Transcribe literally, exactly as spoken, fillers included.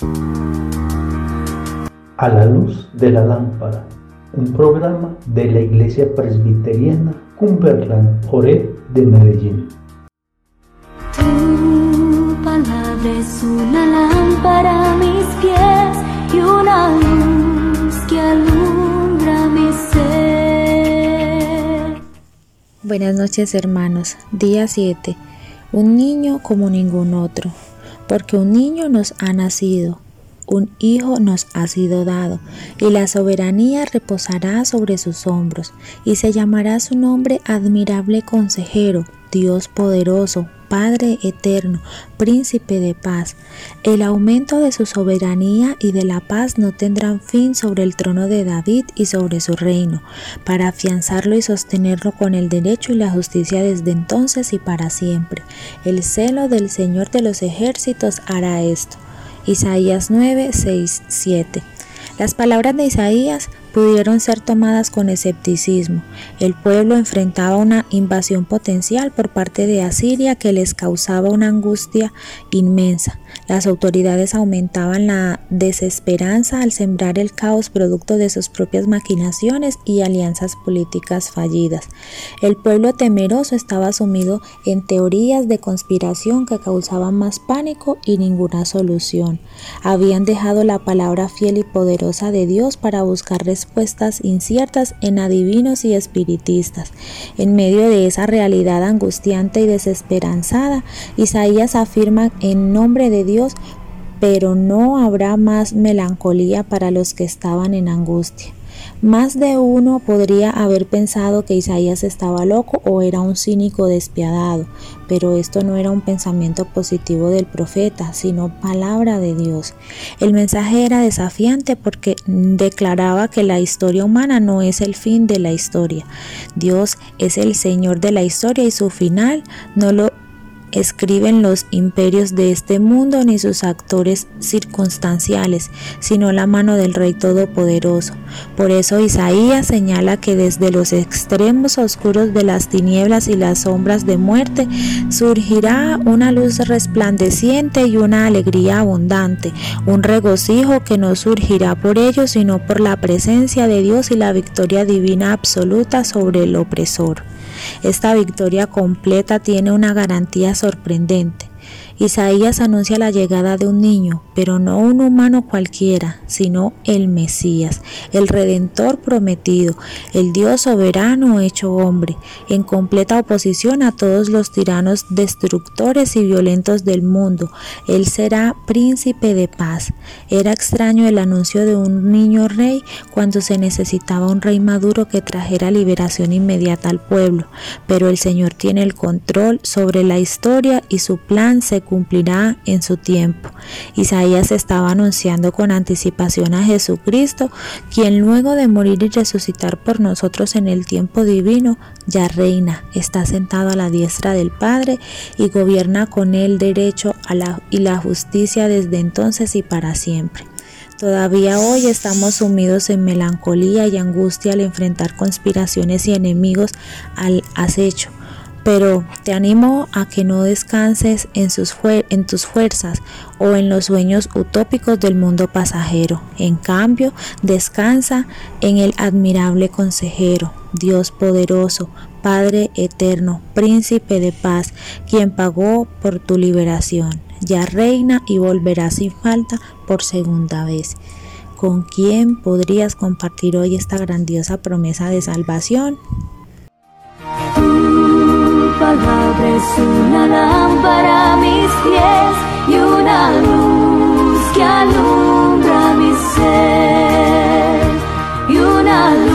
A la luz de la lámpara, un programa de la Iglesia Presbiteriana Cumberland Oreb de Medellín. Tu palabra es una lámpara a mis pies y una luz que alumbra mi ser. Buenas noches, hermanos. Día siete. Un niño como ningún otro, porque un niño nos ha nacido. Un hijo nos ha sido dado, y la soberanía reposará sobre sus hombros, y se llamará su nombre Admirable Consejero, Dios Poderoso, Padre Eterno, Príncipe de Paz. El aumento de su soberanía y de la paz no tendrán fin sobre el trono de David y sobre su reino, para afianzarlo y sostenerlo con el derecho y la justicia desde entonces y para siempre. El celo del Señor de los ejércitos hará esto. Isaías nueve, seis, siete. Las palabras de Isaías pudieron ser tomadas con escepticismo. El pueblo enfrentaba una invasión potencial por parte de Asiria que les causaba una angustia inmensa. Las autoridades aumentaban la desesperanza al sembrar el caos producto de sus propias maquinaciones y alianzas políticas fallidas. El pueblo temeroso estaba sumido en teorías de conspiración que causaban más pánico y ninguna solución. Habían dejado la palabra fiel y poderosa de Dios para buscar respuestas inciertas en adivinos y espiritistas. En medio de esa realidad angustiante y desesperanzada, Isaías afirma en nombre de Dios: pero no habrá más melancolía para los que estaban en angustia. Más de uno podría haber pensado que Isaías estaba loco o era un cínico despiadado, pero esto no era un pensamiento positivo del profeta, sino palabra de Dios. El mensaje era desafiante porque declaraba que la historia humana no es el fin de la historia. Dios es el Señor de la historia y su final no lo escriben los imperios de este mundo ni sus actores circunstanciales, sino la mano del Rey Todopoderoso. Por eso Isaías señala que desde los extremos oscuros de las tinieblas y las sombras de muerte surgirá una luz resplandeciente y una alegría abundante, un regocijo que no surgirá por ellos, sino por la presencia de Dios y la victoria divina absoluta sobre el opresor. Esta victoria completa tiene una garantía sorprendente. Isaías anuncia la llegada de un niño, pero no un humano cualquiera, sino el Mesías, el Redentor prometido, el Dios soberano hecho hombre, en completa oposición a todos los tiranos destructores y violentos del mundo. Él será príncipe de paz. Era extraño el anuncio de un niño rey cuando se necesitaba un rey maduro que trajera liberación inmediata al pueblo, pero el Señor tiene el control sobre la historia y su plan se cumplirá en su tiempo. Isaías estaba anunciando con anticipación a Jesucristo, quien luego de morir y resucitar por nosotros en el tiempo divino, ya reina, está sentado a la diestra del Padre y gobierna con el derecho a la, y la justicia desde entonces y para siempre. Todavía hoy estamos sumidos en melancolía y angustia al enfrentar conspiraciones y enemigos al acecho. Pero te animo a que no descanses en, sus fuer- en tus fuerzas o en los sueños utópicos del mundo pasajero. En cambio, descansa en el admirable consejero, Dios poderoso, Padre eterno, Príncipe de paz, quien pagó por tu liberación. Ya reina y volverá sin falta por segunda vez. ¿Con quién podrías compartir hoy esta grandiosa promesa de salvación? Palabra es una lámpara a mis pies y una luz que alumbra mi ser, y una luz